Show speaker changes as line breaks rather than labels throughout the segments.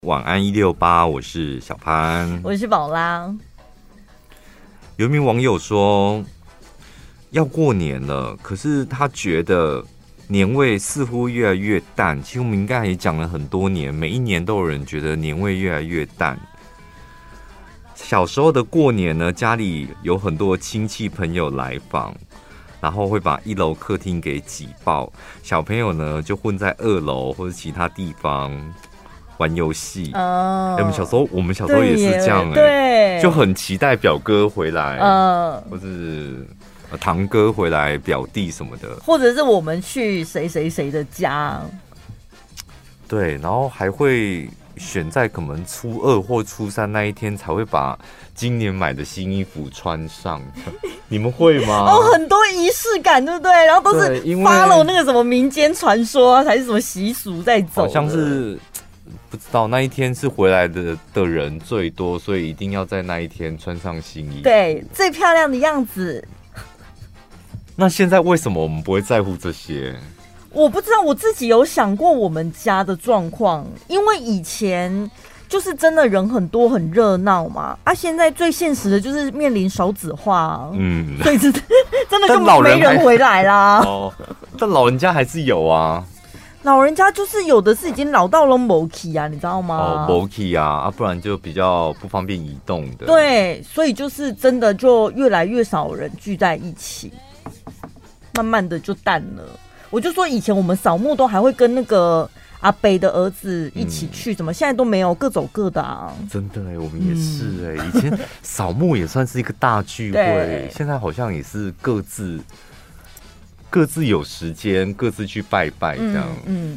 晚安168，我是小潘，
我是宝拉。
有一名网友说，要过年了，可是他觉得年味似乎越来越淡。其实我们应该也讲了很多年，每一年都有人觉得年味越来越淡。小时候的过年呢，家里有很多亲戚朋友来访，然后会把1楼客厅给挤爆，小朋友呢就混在2楼或者其他地方玩游戏。我们小时候也是这样，
对，
就很期待表哥回来，或是堂哥回来，表弟什么的，
或者是我们去谁谁谁的家。
对，然后还会选在可能初2或初3那一天才会把今年买的新衣服穿上。你们会吗？
很多仪式感，对不对？然后都是 follow 那个什么民间传说啊，还是什么习俗在走，
好像是不知道那一天是回来的人最多，所以一定要在那一天穿上新衣服，
对，最漂亮的样子。
那现在为什么我们不会在乎这些？
我不知道，我自己有想过我们家的状况，因为以前就是真的人很多很热闹嘛，现在最现实的就是面临少子化，所以真的根本没人回来啦。
但老人家还是有啊。
老人家就是有的是已经老到了没起啊，你知道吗？
没起啊，不然就比较不方便移动的。
对，所以就是真的就越来越少人聚在一起，慢慢的就淡了。我就说以前我们扫墓都还会跟那个阿伯的儿子一起去，怎么现在都没有，各走各的啊？真
的我们也是以前扫墓也算是一个大聚会，现在好像也是各自有时间，各自去拜拜这样。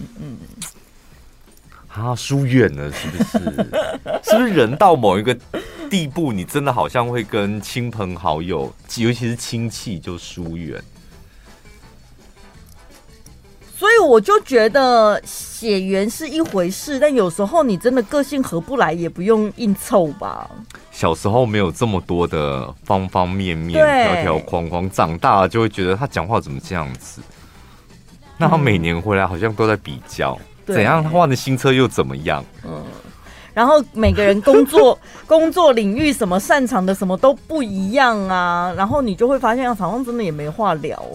疏远了是不是？是不是人到某一个地步，你真的好像会跟亲朋好友，尤其是亲戚就疏远？
所以我就觉得血缘是一回事，但有时候你真的个性合不来，也不用硬凑吧。
小时候没有这么多的方方面面、条条框框，长大了就会觉得他讲话怎么这样子。那他每年回来好像都在比较，怎样他换的新车又怎么样？
然后每个人工作领域什么擅长的什么都不一样啊，然后你就会发现好像真的也没话聊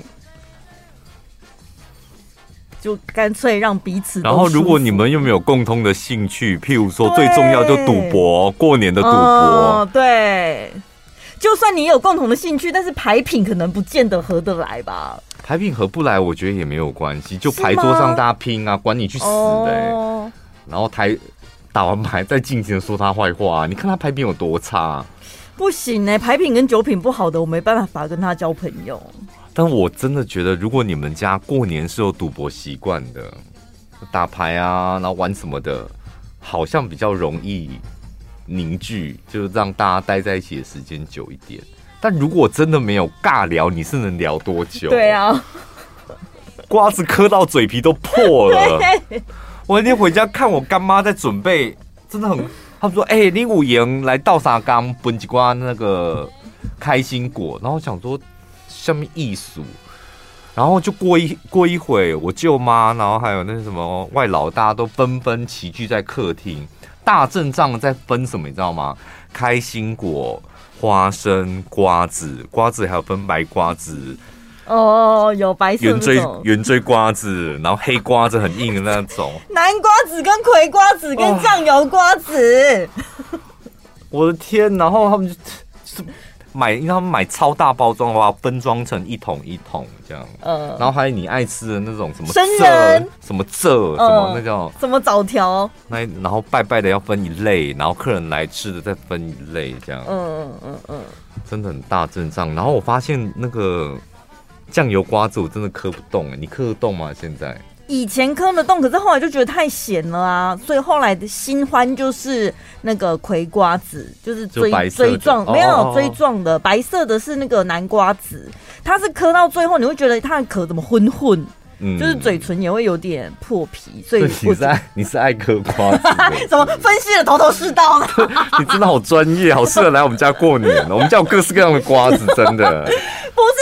就干脆让彼此都舒服。
然后，如果你们又没有共通的兴趣，譬如说最重要就赌博，过年的赌博，
对，就算你有共同的兴趣，但是牌品可能不见得合得来吧。
牌品合不来，我觉得也没有关系，就牌桌上大家拼啊，管你去死的然后打完牌再尽情的说他坏话，你看他牌品有多差。
不行牌品跟酒品不好的，我没办法跟他交朋友。
但我真的觉得，如果你们家过年是有赌博习惯的，打牌啊，然后玩什么的，好像比较容易凝聚，就让大家待在一起的时间久一点。但如果真的没有尬聊，你是能聊多久？
对啊，
瓜子磕到嘴皮都破了。我那天回家看我干妈在准备，真的很，他们说：“你有闲来倒沙缸分一瓜那个开心果。”然后我想说。下面艺术，然后就过一会，我舅妈，然后还有那什么外老，大家都纷纷齐聚在客厅，大阵仗在分什么，你知道吗？开心果、花生、瓜子还有分白瓜子，
有白色的
圆锥瓜子，然后黑瓜子很硬的那种，
南瓜子跟葵瓜子跟酱油瓜子，
我的天！然后他们就。因为他们买超大包装的话，分装成一桶一桶这样，然后还有你爱吃的那种什么
生人、
什么什么那种
什么枣条，
然后拜拜的要分一类，然后客人来吃的再分一类这样，真的很大阵仗。然后我发现那个酱油瓜子我真的磕不动你磕得动吗？现在？
以前磕得动，可是后来就觉得太咸了啊，所以后来的新欢就是那个葵瓜子，就是锥状，没有锥状的，白色的是那个南瓜子，它是磕到最后你会觉得它的壳怎么混，就是嘴唇也会有点破皮，所以
你是爱嗑瓜子
怎么分析的头头是道呢？
你真的好专业，好适合来我们家过年我们家有各式各样的瓜子，真的。
不是因为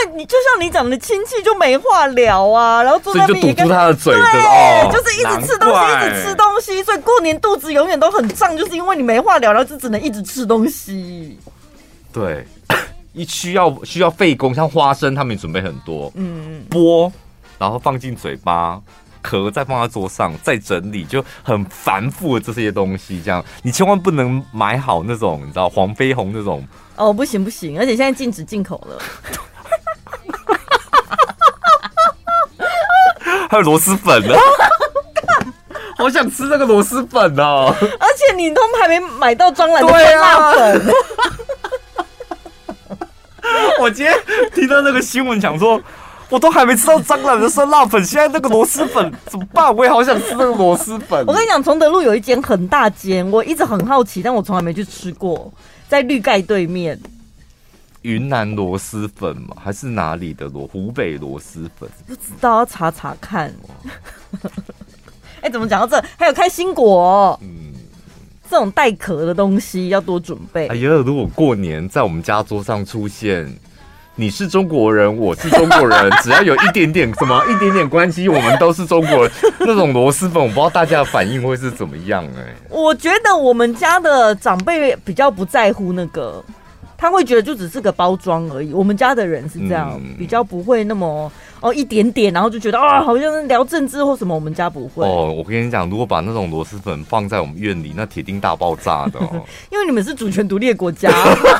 为你就像你讲的，亲戚就没话聊啊，然后坐在那边
所以就堵住他的嘴，
对，就是一直吃东西，一直吃东西，所以过年肚子永远都很胀，就是因为你没话聊，然后就只能一直吃东西。
对，需要费工，像花生他们也准备很多，剥，然后放进嘴巴。壳再放在桌上，再整理，就很繁复的这些东西。这样，你千万不能买好那种，你知道黄飞鸿那种。
哦，不行，而且现在禁止进口了。
还有螺蛳粉呢，好想吃那个螺蛳粉哦！
而且你都还没买到张兰的酸辣粉。
我今天听到那个新闻讲说。我都还没吃到张兰的酸辣粉，现在那个螺蛳粉怎么办？我也好想吃那个螺蛳粉。
我跟你讲，崇德路有一间很大间，我一直很好奇，但我从来没去吃过，在绿盖对面。
云南螺蛳粉吗？还是哪里的湖北螺蛳粉？
不知道，要查查看。怎么讲到这？还有开心果，这种带壳的东西要多准备。
哎呀，如果过年在我们家桌上出现。你是中国人，我是中国人，只要有一点点关系，我们都是中国人。那种螺蛳粉，我不知道大家的反应会是怎么样
我觉得我们家的长辈比较不在乎那个，他会觉得就只是个包装而已。我们家的人是这样，比较不会那么一点点，然后就觉得好像是聊政治或什么。我们家不会。
我跟你讲，如果把那种螺蛳粉放在我们院里，那铁定大爆炸的
因为你们是主权独立的国家。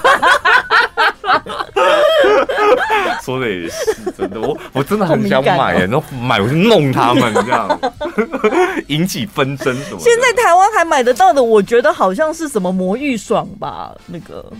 说的也是真的，我真的很想买然后买我就弄他们这样，引起纷争什么的。
现在台湾还买得到的，我觉得好像是什么魔芋爽吧，那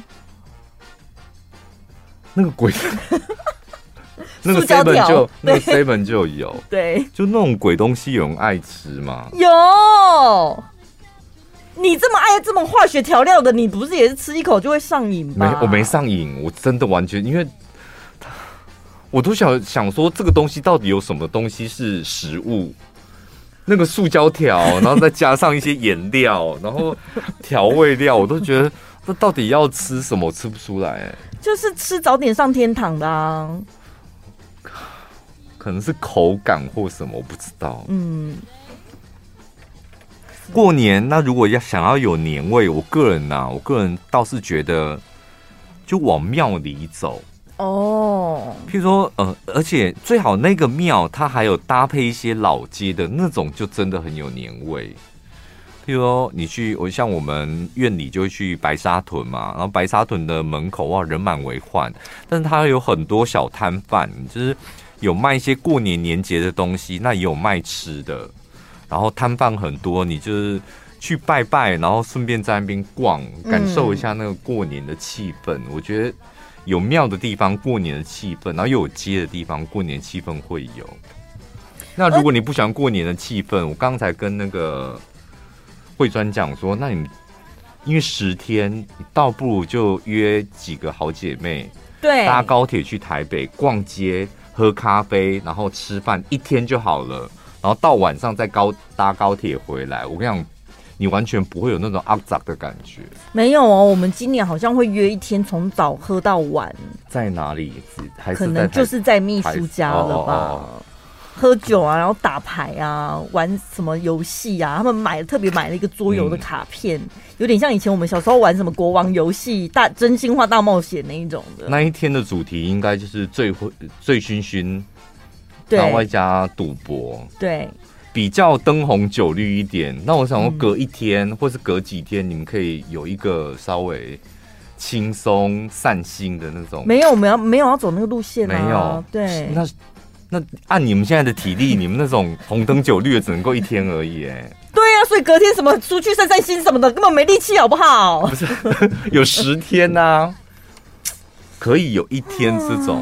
个鬼，那个 7 就有，
对，
就那种鬼东西，有人爱吃吗？
有。你这么爱这么化学调料的，你不是也是吃一口就会上瘾吧？
我没上瘾，我真的完全，因为我都想说这个东西到底有什么东西是食物？那个塑胶条，然后再加上一些颜料，然后调味料，我都觉得这到底要吃什么？我吃不出来。
就是吃早点上天堂的啊，
可能是口感或什么，我不知道。过年那如果想要有年味，我个人倒是觉得就往庙里走譬如说而且最好那个庙它还有搭配一些老街的那种，就真的很有年味。譬如说你像我们院里就会去白沙屯嘛，然后白沙屯的门口人满为患，但是它有很多小摊贩，就是有卖一些过年节的东西，那也有卖吃的。然后摊贩很多，你就是去拜拜，然后顺便在那边逛，感受一下那个过年的气氛。我觉得有庙的地方过年的气氛，然后又有街的地方过年气氛会有。那如果你不喜欢过年的气氛，我刚才跟那个慧专讲说，那你因为10天，你倒不如就约几个好姐妹，
对，
搭高铁去台北逛街、喝咖啡，然后吃饭，1天就好了。然后到晚上再搭高铁回来，我跟你讲，你完全不会有那种阿杂的感觉。
没有我们今年好像会约1天，从早喝到晚。
在哪里？还是
可能就是在秘书家了吧？喝酒啊，然后打牌啊，玩什么游戏啊？他们特别买了一个桌游的卡片，有点像以前我们小时候玩什么国王游戏、真心话大冒险那一种的。
那一天的主题应该就是醉醺醺。然后外加赌博，
对，
比较灯红酒绿一点。那我想说，隔1天或是隔几天，你们可以有一个稍微轻松散心的那种。
没有，我们没有要走那个路线
没有。
对，
那按你们现在的体力，你们那种红灯酒绿的只能够1天而已。
对啊，所以隔天什么出去散心什么的，根本没力气，好不好？
不是，有10天啊，可以有1天这种。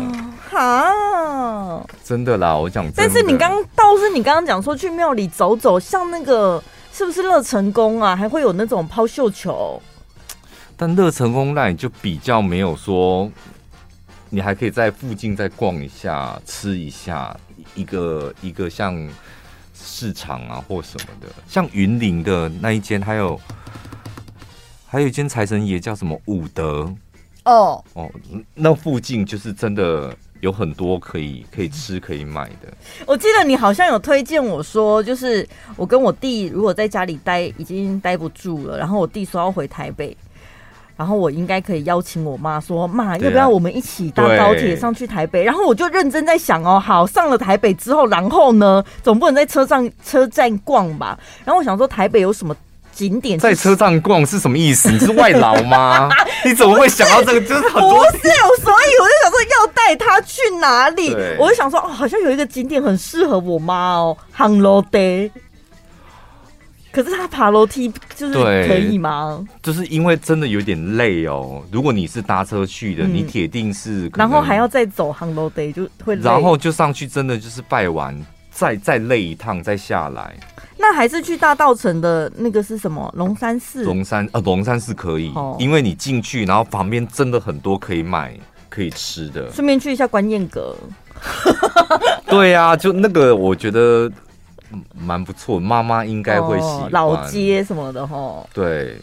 真的啦，我讲真的。
但是你刚刚讲说去庙里走走，像那个是不是乐成宫啊，还会有那种抛绣球？
但乐成宫那你就比较没有说，你还可以在附近再逛一下、吃一下，一个像市场啊或什么的。像云林的那一间，还有一间财神爷叫什么武德那附近就是真的。 有很多可以吃可以买的。
我记得你好像有推荐我说，就是我跟我弟如果在家里已经待不住了，然后我弟说要回台北，然后我应该可以邀请我妈说，妈，要不要我们一起搭高铁上去台北？然后我就认真在想哦，好，上了台北之后，然后呢，总不能在车站逛吧？然后我想说台北有什么景点？
在车站逛是什么意思？你是外劳吗？你怎么会想到这个？就是很多
不是，所以我就想说要带他去哪里？我就想说，哦，好像有一个景点很适合我妈哦，行楼梯。可是他爬楼梯就是可以吗？
就是因为真的有点累哦。如果你是搭车去的，你铁定是可能，
然后还要再走行楼梯，就会累。
然后就上去，真的就是拜完，再累一趟，再下来。
那还是去大稻埕的那个是什么？龙山寺。
龙山寺可以，因为你进去，然后旁边真的很多可以买、可以吃的。
顺便去一下观燕阁。
对啊，就那个我觉得蛮不错，妈妈应该会喜欢。
老街什么的齁。
对，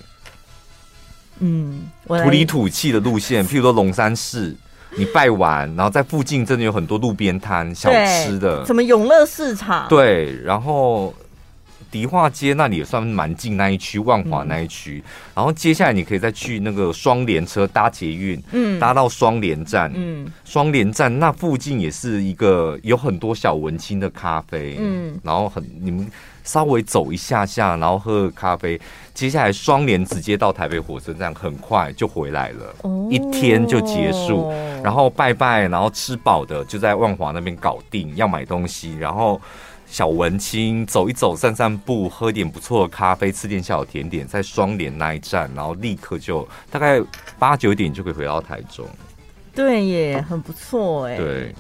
土里土气的路线，譬如说龙山寺。你拜完，然后在附近真的有很多路边摊小吃的，
什么永乐市场，
对，然后迪化街那里也算蛮近那一区，万华那一区，然后接下来你可以再去那个双连车搭捷运，搭到双连站，双连站那附近也是一个有很多小文青的咖啡，然后你们稍微走一下下，然后喝个咖啡，接下来双连直接到台北火车站，很快就回来了，一天就结束，然后拜拜，然后吃饱的就在万华那边搞定，要买东西，然后小文青走一走，散散步，喝点不错的咖啡，吃点小甜点，在双连那一站，然后立刻就大概8、9点就可以回到台中。
对耶，很不错哎。
对。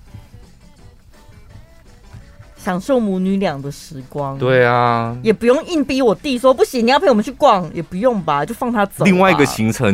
享受母女俩的时光。
对啊，
也不用硬逼我弟说不行，你要陪我们去逛，也不用吧，就放他走吧。
另外一个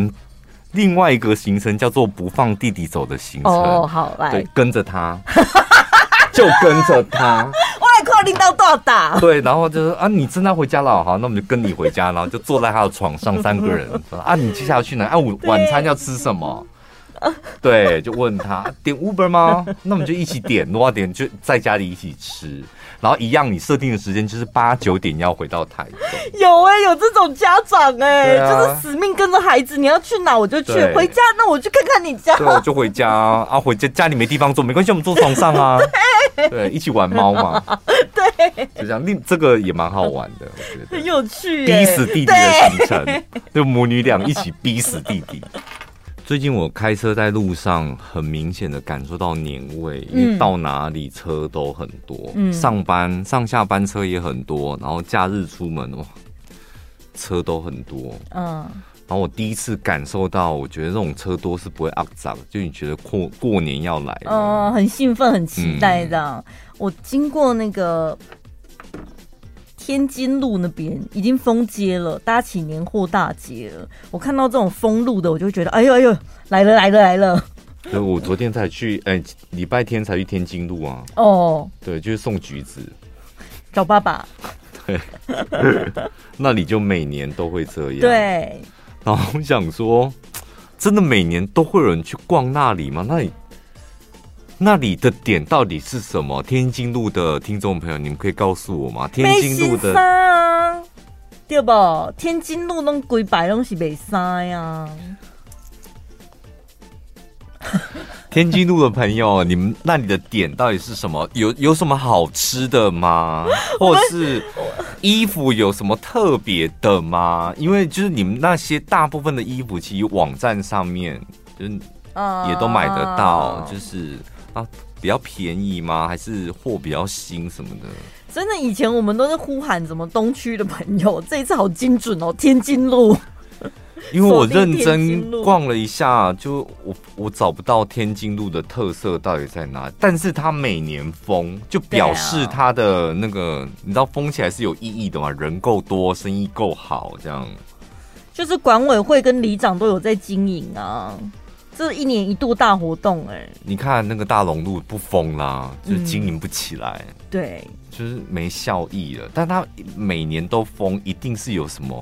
行程叫做不放弟弟走的行程。
哦，好，来，
对，跟着他，就跟着他。
我来看领导多大。
对，然后就是啊，你真的要回家了，好，那我们就跟你回家，然后就坐在他的床上，3个人。啊，你接下来去哪？啊，晚餐要吃什么？对，就问他点 Uber 吗？那我们就一起点，多少点就在家里一起吃，然后一样，你设定的时间就是8、9点要回到台中。
有这种家长就是死命跟着孩子，你要去哪我就去，回家那我去看看你家。
对，我就回家啊，回家里没地方坐，没关系，我们坐床上啊。对，一起玩猫嘛。
对，
就这样，这个也蛮好玩的，我觉得
很有趣，
逼死弟弟的行程，就母女俩一起逼死弟弟。最近我开车在路上，很明显的感受到年味，因为到哪里车都很多，上下班车也很多，然后假日出门哇，车都很多，然后我第一次感受到，我觉得这种车多是不会肮脏，就你觉得过年要来了，
很兴奋，很期待这样。我经过那个天津路那边已经封街了，搭起年货大街了。我看到这种封路的，我就会觉得，哎呦，来了。
所以我昨天才去，礼拜天才去天津路啊。对，就是送橘子，
找爸爸。
对，那里就每年都会这样。
对。
然后我想说，真的每年都会有人去逛那里吗？那里的点到底是什么？天津路的听众朋友，你们可以告诉我吗？天津路的
对不？天津路拢规排拢是卖衫呀。
天津路的朋友，你们那里的点到底是什么？有什么好吃的吗？或者是衣服有什么特别的吗？因为就是你们那些大部分的衣服，其实网站上面就是也都买得到，就是比较便宜吗？还是货比较新什么的？
真的，以前我们都是呼喊什么东区的朋友，这一次好精准哦，天津路。
因为我认真逛了一下，就我找不到天津路的特色到底在哪，但是它每年封，就表示它的那个，你知道封起来是有意义的嘛？人够多，生意够好，这样。
就是管委会跟里长都有在经营啊。这1年1度大活动
你看那个大龙路不封啦，就是经营不起来，
对，
就是没效益了。但他每年都封，一定是有什么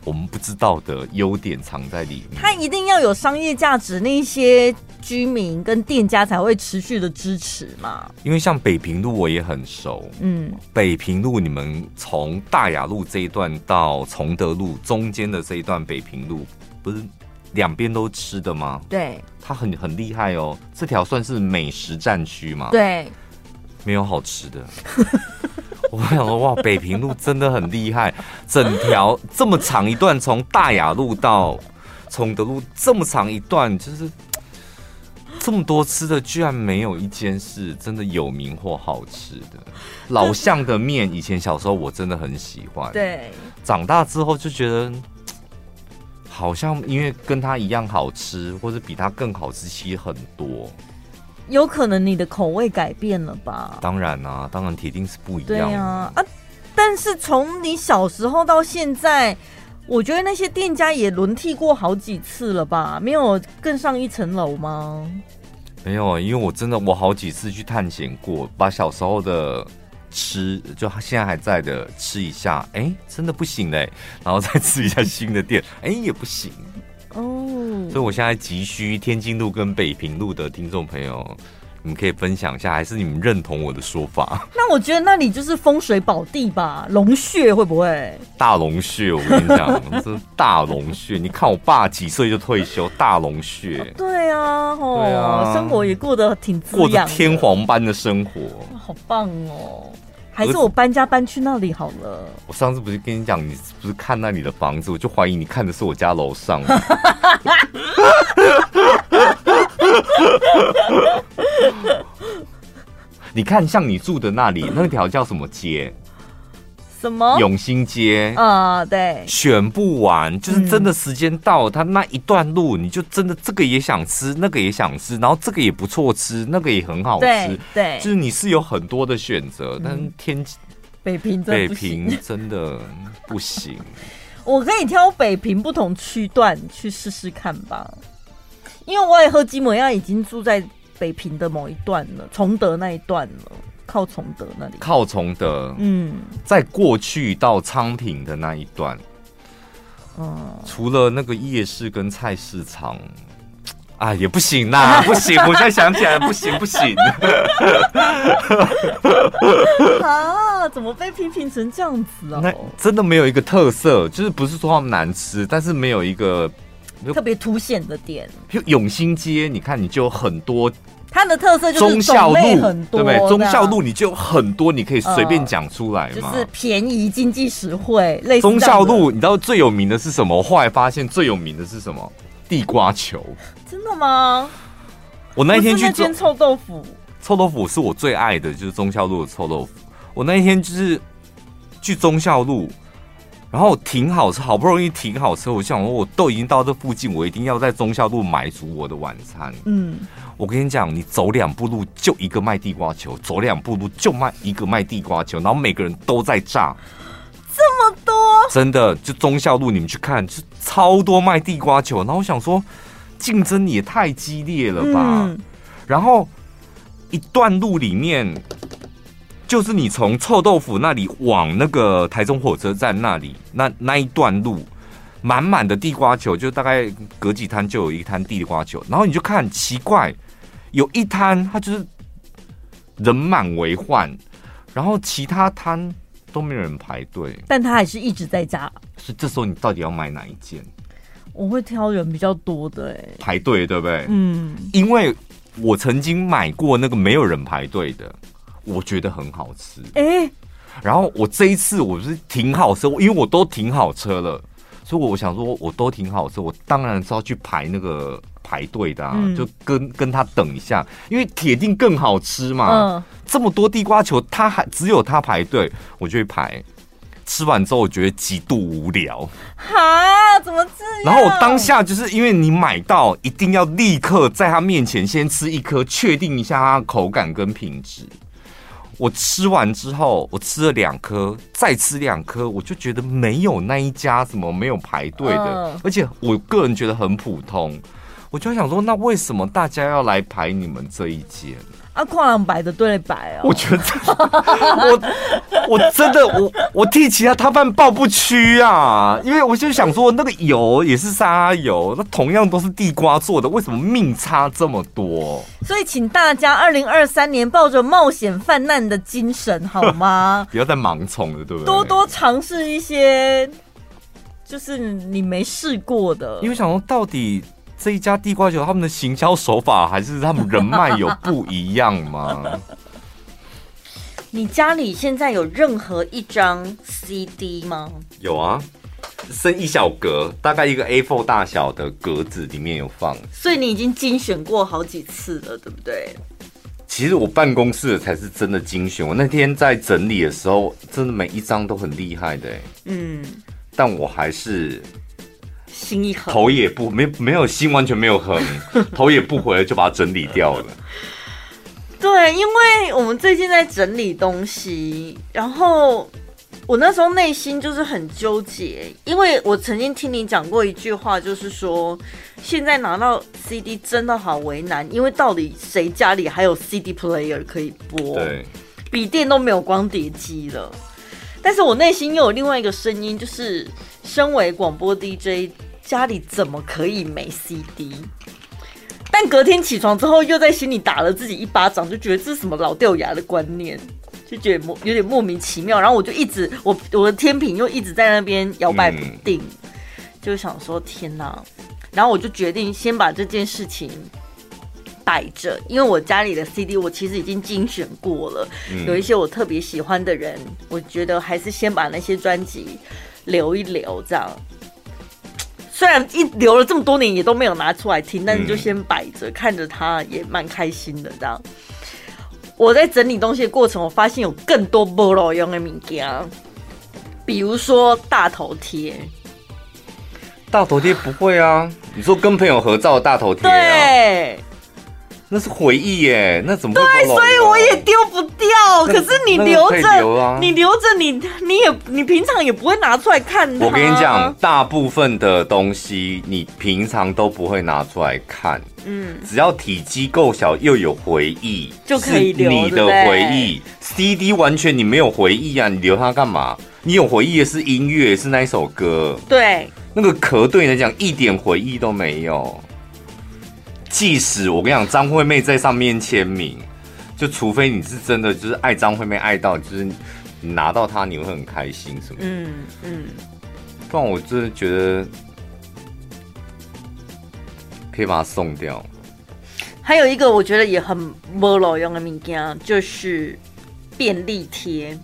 我们不知道的优点藏在里面。
它一定要有商业价值，那些居民跟店家才会持续的支持嘛。
因为像北平路我也很熟，北平路你们从大雅路这一段到崇德路中间的这一段北平路，不是两边都吃的吗？
对，
它很厉害哦，这条算是美食战区嘛？
对，
没有好吃的。我想说，哇，北平路真的很厉害，整条这么长一段，从大雅路到崇德路这么长一段，就是这么多吃的，居然没有一间是真的有名或好吃的。老巷的面，以前小时候我真的很喜欢，
对，
长大之后就觉得好像因为跟它一样好吃，或者比它更好吃，其实很多。
有可能你的口味改变了吧？
当然啊，当然铁定是不一样。
对啊，但是从你小时候到现在，我觉得那些店家也轮替过好几次了吧？没有更上一层楼吗？
没有，因为我好几次去探险过，把小时候的吃，就现在还在的吃一下，真的不行嘞，然后再吃一下新的店，也不行。所以我现在急需天津路跟北平路的听众朋友，你们可以分享一下，还是你们认同我的说法？
那我觉得那里就是风水宝地吧，龙穴会不会？
大龙穴，我跟你讲，这大龙穴。你看我爸几岁就退休，大龙穴。
对啊，对啊，生活也过得挺滋养的，
过着天皇般的生活，
好棒哦。还是我搬家搬去那里好了。
我上次不是跟你讲，你不是看那里的房子，我就怀疑你看的是我家楼上。你看，像你住的那里，那条叫什么街？
什么？
永兴街
对，
选不完，就是真的时间到了，它那一段路，你就真的这个也想吃，那个也想吃，然后这个也不错吃，那个也很好吃，
对，
就是你是有很多的选择，但是
北平
真的不行。
我可以挑北平不同区段去试试看吧，因为我也和基本上已经住在北平的某一段了，崇德那一段了。靠崇德那里，
靠崇德，在过去到昌平的那一段，除了那个夜市跟菜市场，也不行啦，不行！我现在想起来，不行，
怎么被批评成这样子哦？
那真的没有一个特色，就是不是说他们难吃，但是没有一个
特别凸显的点。
永兴街，你看你就有很多。
它的特色就是种类很多，
对不对？忠孝路你就有很多，你可以随便讲出来嘛，
就是便宜、经济实惠。类似
忠孝路，你知道最有名的是什么？我后来发现最有名的是什么？地瓜球。
真的吗？
我那一天去
那间臭豆腐，
臭豆腐是我最爱的，就是忠孝路的臭豆腐。我那一天就是去忠孝路。然后停好车，好不容易停好车，我想说，我都已经到这附近，我一定要在忠孝路买足我的晚餐。我跟你讲，你走2步路就一个卖地瓜球，走2步路就一个卖地瓜球，然后每个人都在炸，
这么多，
真的，就忠孝路你们去看，就超多卖地瓜球。然后我想说，竞争也太激烈了吧？然后一段路里面。就是你从臭豆腐那里往那个台中火车站那里，那一段路，满满的地瓜球，就大概隔几摊就有一摊地瓜球，然后你就看奇怪，有一摊它就是人满为患，然后其他摊都没有人排队，
但它还是一直在炸。
所以这时候你到底要买哪一件？
我会挑人比较多的
排队对不对？因为我曾经买过那个没有人排队的。我觉得很好吃，然后我这一次我是停好车，因为我都停好车了，所以我想说我都停好车，我当然是要去排那个排队的就跟他等一下，因为铁定更好吃嘛。这么多地瓜球，只有他排队，我就会排。吃完之后，我觉得极度无聊。
怎么这样？
然后我当下就是因为你买到，一定要立刻在他面前先吃一颗，确定一下它的口感跟品质。我吃完之后，我吃了2颗，再吃2颗，我就觉得没有那一家什么没有排队的，而且我个人觉得很普通。 我就想说，那为什么大家要来排你们这一间？
跨人摆的对摆
我觉得我真的我替其他摊贩抱不屈啊，因为我就想说，那个油也是沙拉油，那同样都是地瓜做的，为什么命差这么多？
所以请大家2023年抱着冒险犯难的精神好吗？
不要再盲从了，对不对？
多多尝试一些就是你没试过的，
因为想说到底。这一家地瓜球，他们的行销手法还是他们人脉有不一样吗？
你家里现在有任何一张 CD 吗？
有啊，剩一小格，大概一个 A4 大小的格子里面有放。
所以你已经精选过好几次了，对不对？
其实我办公室的才是真的精选。我那天在整理的时候，真的每一张都很厉害的。但我还是。
心一横，
头也不没有心，完全没有横，头也不回就把它整理掉了。
对，因为我们最近在整理东西，然后我那时候内心就是很纠结，因为我曾经听你讲过一句话，就是说现在拿到 CD 真的好为难，因为到底谁家里还有 CD player 可以播？对，笔电都没有光碟机了。但是我内心又有另外一个声音，就是身为广播 DJ， 家里怎么可以没 CD？ 但隔天起床之后，又在心里打了自己一巴掌，就觉得这是什么老掉牙的观念，就觉得有点莫名其妙。然后我就一直，我的天平又一直在那边摇摆不定，就想说天哪！然后我就决定先把这件事情摆着，因为我家里的 CD 我其实已经精选过了，有一些我特别喜欢的人，我觉得还是先把那些专辑留一留，这样。虽然留了这么多年也都没有拿出来听，但是就先摆着，看着它也蛮开心的。这样，我在整理东西的过程，我发现有更多没路用的物件，比如说大头贴。
大头贴不会啊？你说跟朋友合照的大头贴啊？
对。
那是回忆耶，那怎么会？
对，所以我也丢不掉。可是你留着，你留着，你平常也不会拿出来看它。
我跟你讲，大部分的东西你平常都不会拿出来看。只要体积够小又有回忆，
就可以留。
你的回忆 ，CD 完全你没有回忆啊，你留它干嘛？你有回忆的是音乐，是那一首歌。
对，
那个壳对你来讲一点回忆都没有。即使我跟你讲，张惠妹在上面签名，就除非你是真的就是爱张惠妹爱到，就是你拿到它你会很开心什么的。不然我真的觉得可以把它送掉。
还有一个我觉得也很没路用的物件，就是便利贴。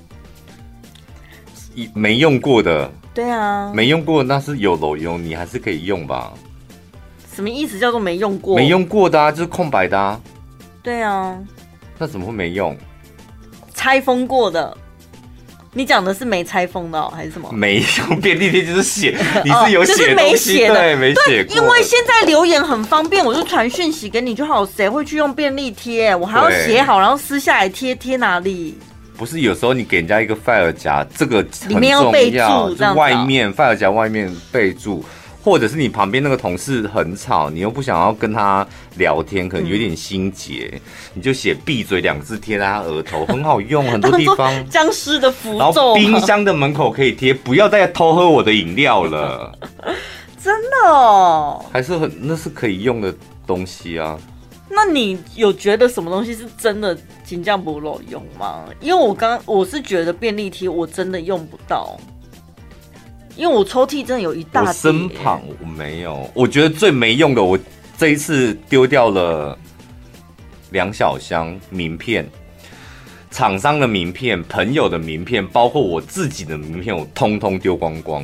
没用过的，
对啊，
没用过那是有路用，你还是可以用吧。
什么意思叫做没用过？
没用过的啊，就是空白的啊。
对啊，
那怎么会没用？
拆封过的。你讲的是没拆封的还是什么？
没用便利贴就是写，你是有写
就是没写的，
对，没写过。
因为现在留言很方便，我就传讯息给你就好，谁会去用便利贴？我还要写好，然后撕下来贴哪里？
不是，有时候你给人家一个 file 夹，这个
里面要备注，
就外面 file 夹外面备注。或者是你旁边那个同事很吵，你又不想要跟他聊天，可能有点心结，你就写闭嘴2个字贴在他额头，很好用，很多地方。
僵尸的符咒。
然后冰箱的门口可以贴，不要再偷喝我的饮料了。
真的哦？
还是那是可以用的东西啊。
那你有觉得什么东西是真的真的不够用吗？因为我是觉得便利贴我真的用不到。因为我抽屉真的有一大叠，
我身旁我没有。我觉得最没用的，我这一次丢掉了2小箱名片，厂商的名片、朋友的名片，包括我自己的名片，我通通丢光光。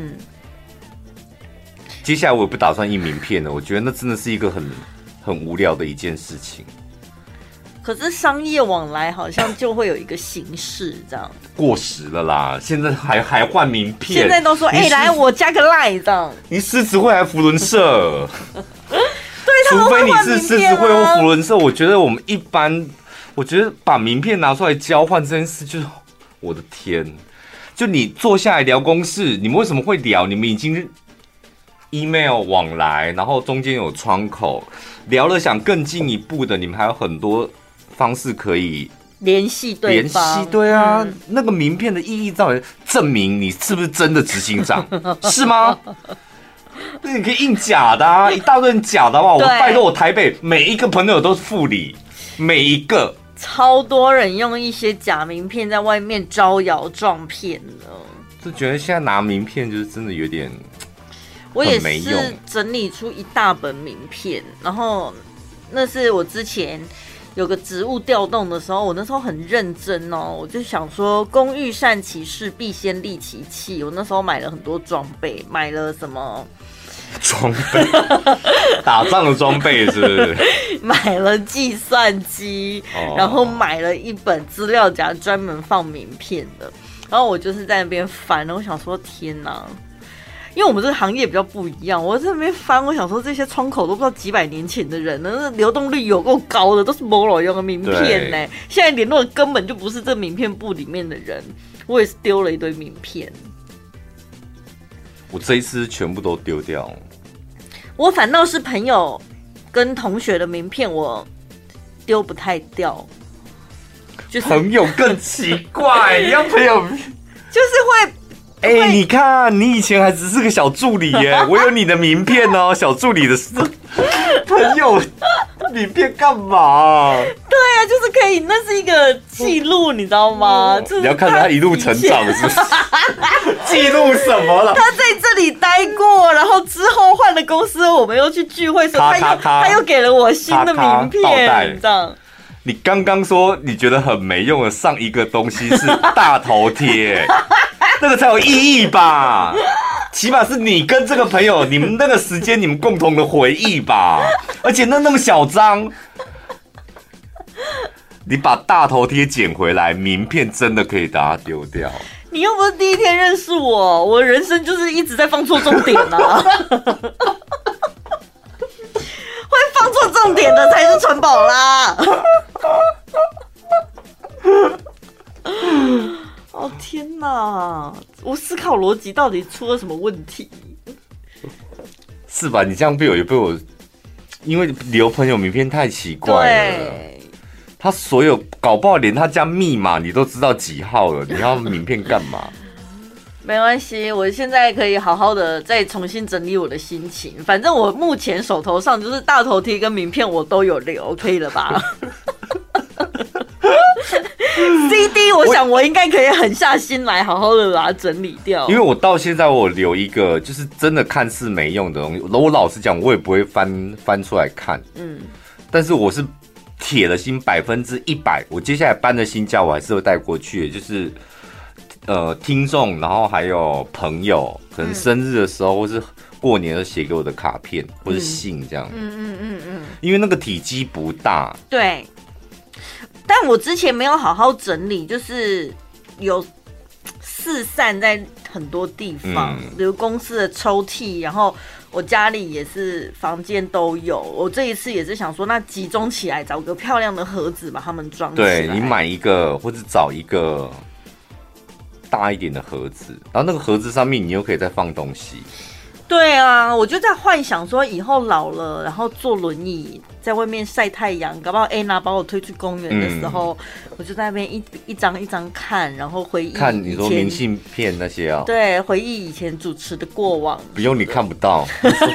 接下来我也不打算印名片了，我觉得那真的是一个很无聊的一件事情。
可是商业往来好像就会有一个形式这样。
过时了啦，现在还换名片。
现在都说来我加个 line 这样。
你狮子会还福伦社？
对，
除非你是狮子会或福伦社，我觉得我们一般，我觉得把名片拿出来交换这件事，就是我的天！就你坐下来聊公事，你们为什么会聊？你们已经 email 往来，然后中间有窗口，聊了想更进一步的，你们还有很多方式可以
联系对方。
对啊，那个名片的意义到底证明你是不是真的执行长，是吗？那你可以印假的啊，一大堆人假的话，我拜托我台北每一个朋友都是副理，每一个。
超多人用一些假名片在外面招摇撞骗的，
就觉得现在拿名片就是真的有点，
我也是整理出一大本名片，然后那是我之前有个职务调动的时候，我那时候很认真哦，我就想说工欲善其事，必先利其器。我那时候买了很多装备，买了什么？
装备，打仗的装备是不是？
买了计算机，然后买了一本资料夹，专门放名片的。然后我就是在那边翻，然后我想说天哪，因为我们这个行业比较不一样，我在那边翻，我想说这些窗口都不知道几百年前的人，那流动率有够高的，都是某老用的名片呢。现在联络的根本就不是这名片簿里面的人，我也是丢了一堆名片。
我这一次全部都丢掉，
我反倒是朋友跟同学的名片我丢不太掉，就是
朋友更奇怪，你要朋友
就是会，
你看你以前还只是个小助理耶，我有你的名片哦，小助理的朋友名片干嘛？
对啊，就是可以，那是一个记录，你知道吗？
你要看他一路成长，是不是？记录什么了？
他在这里待过，然后之后换了公司，我们又去聚会，所以他又给了我新的名片，这样。
你刚刚说你觉得很没用的上一个东西是大头贴，那个才有意义吧？起码是你跟这个朋友，你们那个时间你们共同的回忆吧。而且那么小张，你把大头贴捡回来，名片真的可以把它丢掉。
你又不是第一天认识我，我人生就是一直在放错重点啊。会放错重点的才是纯宝啦。哦天哪！我思考逻辑到底出了什么问题？
是吧？你这样也被我，因为留朋友名片太奇怪了。他所有搞不好连他家密码你都知道几号了，你要名片干嘛？
没关系，我现在可以好好的再重新整理我的心情。反正我目前手头上就是大头贴跟名片我都有留，可以了吧？CD 我想我应该可以狠下心来好好的把它整理掉。
因为我到现在我留一个就是真的看似没用的东西，我老实讲我也不会翻出来看。但是我是铁了心100%，我接下来搬的新家我还是会带过去的，就是听众，然后还有朋友，可能生日的时候或是过年都写给我的卡片或是信这样。因为那个体积不大。对。
但我之前没有好好整理，就是有四散在很多地方，比如公司的抽屉，然后我家里也是房间都有。我这一次也是想说，那集中起来，找个漂亮的盒子把它们装起来。
对，你买一个或者找一个大一点的盒子，然后那个盒子上面你又可以再放东西。
对啊，我就在幻想说以后老了，然后坐轮椅在外面晒太阳，搞不好Anna把我推去公园的时候，我就在那边一张一张看，然后回忆
看你说明信片那些啊。
对，回忆以前主持的过往。
不用，你看不到。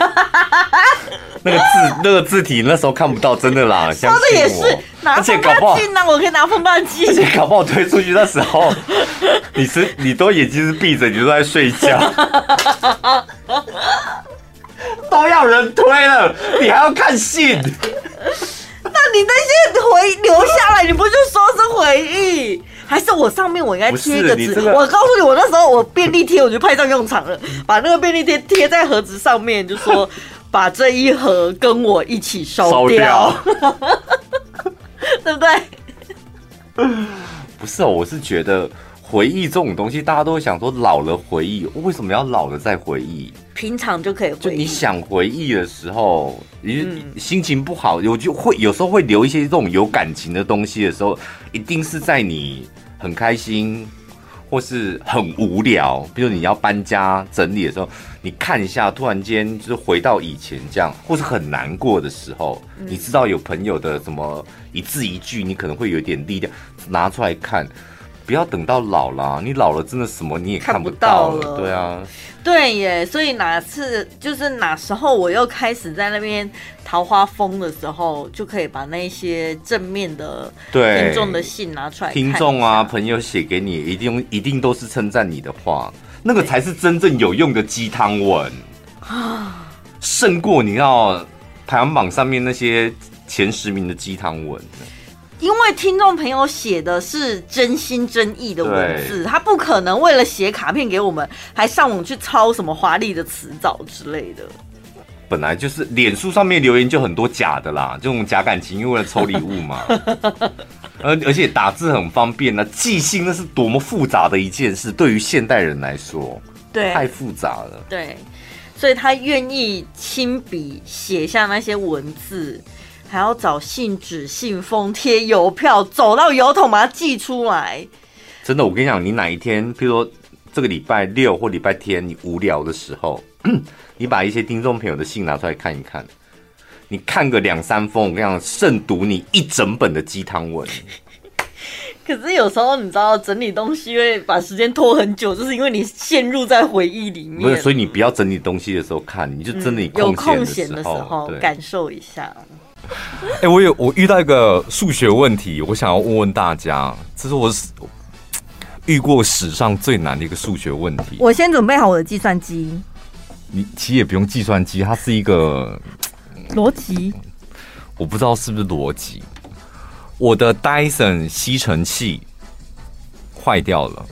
那个字体那时候看不到，真的啦。说
的也是，拿放大镜呢，我可以拿放大镜。
而且搞不好推出去那时候，你都眼睛是闭着，你都在睡觉。都要人推了，你还要看信？
那你那些留下来，你不就说是回忆？还是我上面我应该贴一个纸？我告诉你，我那时候我便利贴我就派上用场了，把那个便利贴贴在盒子上面，就说把这一盒跟我一起烧掉，对不对？
不是哦，我是觉得回忆这种东西，大家都会想说老了回忆，为什么要老了再回忆？
平常就可以回忆。
就你想回忆的时候，你心情不好，有时候会留一些这种有感情的东西的时候，一定是在你很开心， 或是很无聊，比如你要搬家整理的时候，你看一下，突然间就是回到以前这样，或是很难过的时候，你知道有朋友的什么一字一句，你可能会有一点力量拿出来看。不要等到老了，你老了真的什么你也看不到了。对啊，
对耶，所以哪时候我又开始在那边桃花风的时候，就可以把那些正面的听众的信拿出来看。
听众啊，朋友写给你，一定都是称赞你的话，那个才是真正有用的鸡汤文啊，胜过你要排行榜上面那些前10名的鸡汤文。
因为听众朋友写的是真心真意的文字，他不可能为了写卡片给我们，还上网去抄什么华丽的词藻之类的。
本来就是脸书上面留言就很多假的啦，这种假感情，因为为了抽礼物嘛。而且打字很方便啊，寄信那是多么复杂的一件事，对于现代人来说，
对，
太复杂了。
对，所以他愿意亲笔写下那些文字。还要找信纸、信封、贴邮票，走到邮筒把它寄出来。
真的，我跟你讲，你哪一天，譬如说这个礼拜6或礼拜天，你无聊的时候，你把一些听众朋友的信拿出来看一看，你看个2、3封，我跟你讲，胜读你一整本的鸡汤文。
可是有时候你知道，整理东西会把时间拖很久，就是因为你陷入在回忆里面。
不是，所以你不要整理东西的时候看，你就真的
有空闲的时候感受一下。
我遇到一个数学问题，我想要问问大家，这是我遇过史上最难的一个数学问题。
我先准备好我的计算机。
你其实也不用计算机，它是一个
逻辑，
我不知道是不是逻辑。我的 Dyson 吸尘器坏掉了，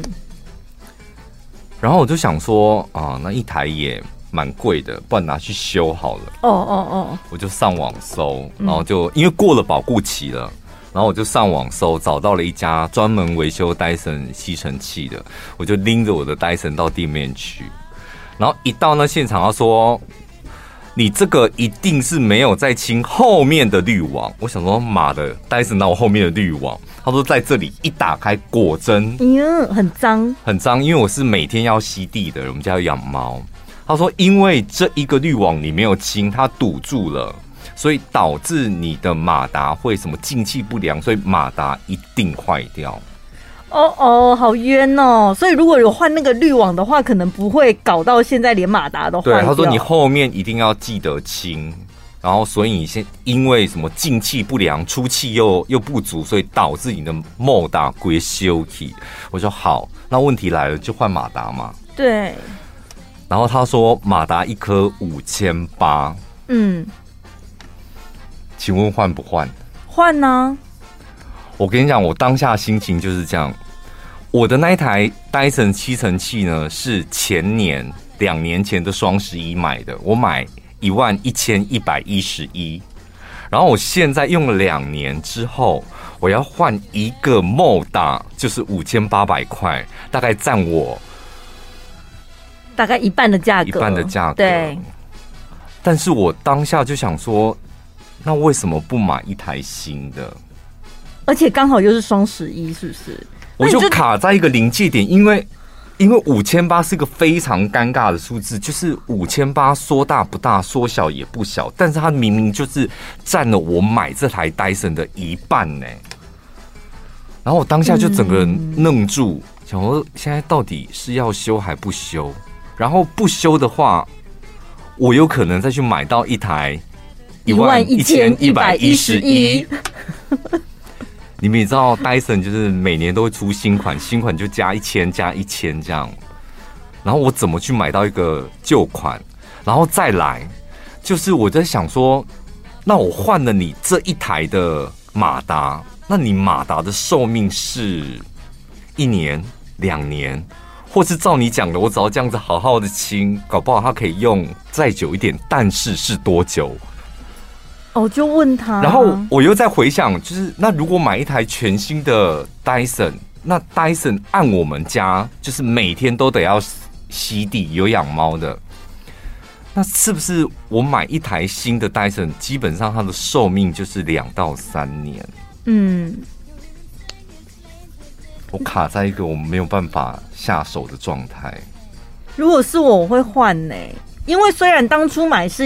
然后我就想说啊，那一台也蛮贵的，不然拿去修好了。我就上网搜，然后就因为过了保固期了，然后我就上网搜，找到了一家专门维修 Dyson 吸尘器的，我就拎着我的 Dyson 到店面去，然后一到那现场，他说：“你这个一定是没有在清后面的滤网。”我想说，妈的 ，Dyson 拿我后面的滤网。他说在这里一打开，果真，
很脏，
很脏，因为我是每天要吸地的，我们家要养猫。他说，因为这一个滤網你没有清，它堵住了，所以导致你的马达会什么进气不良，所以马达一定坏掉。
好冤哦！所以如果有换那个滤网的话，可能不会搞到现在连马达都坏掉。
对，他说你后面一定要记得清，然后所以你因为什么进气不良，出气又不足，所以导致你的马达归修起。我说好，那问题来了，就换马达嘛。
对。
然后他说马达一颗5800，请问换不换？
换呢？
我跟你讲，我当下心情就是这样。我的那一台 Dyson 吸尘器呢，是前年2年前的双11买的，我买11111，然后我现在用了2年之后，我要换一个 Moda， 就是5800块，大概占我
大概一半的价格，对。
但是我当下就想说，那为什么不买一台新的？
而且刚好又是双11，是不是？
我就卡在一个临界点，因为5800是个非常尴尬的数字，就是5800说大不大，说小也不小，但是它明明就是占了我买这台 Dyson 的一半呢。然后我当下就整个人愣住，想说现在到底是要修还不修？然后不修的话，我有可能再去买到一台11111。你们也知道 Dyson 就是每年都会出新款，新款就加1000加1000这样，然后我怎么去买到一个旧款？然后再来就是我在想说，那我换了你这一台的马达，那你马达的寿命是1年、2年，或是照你讲的，我只要这样子好好的清，搞不好它可以用再久一点，但是是多久？
就问他，
然后我又在回想，就是那如果买一台全新的 Dyson， 那 Dyson 按我们家就是每天都得要吸地，有养猫的，那是不是我买一台新的 Dyson， 基本上它的寿命就是2到3年？ 我卡在一个我没有办法下手的状态。
如果是我会换呢，因为虽然当初买是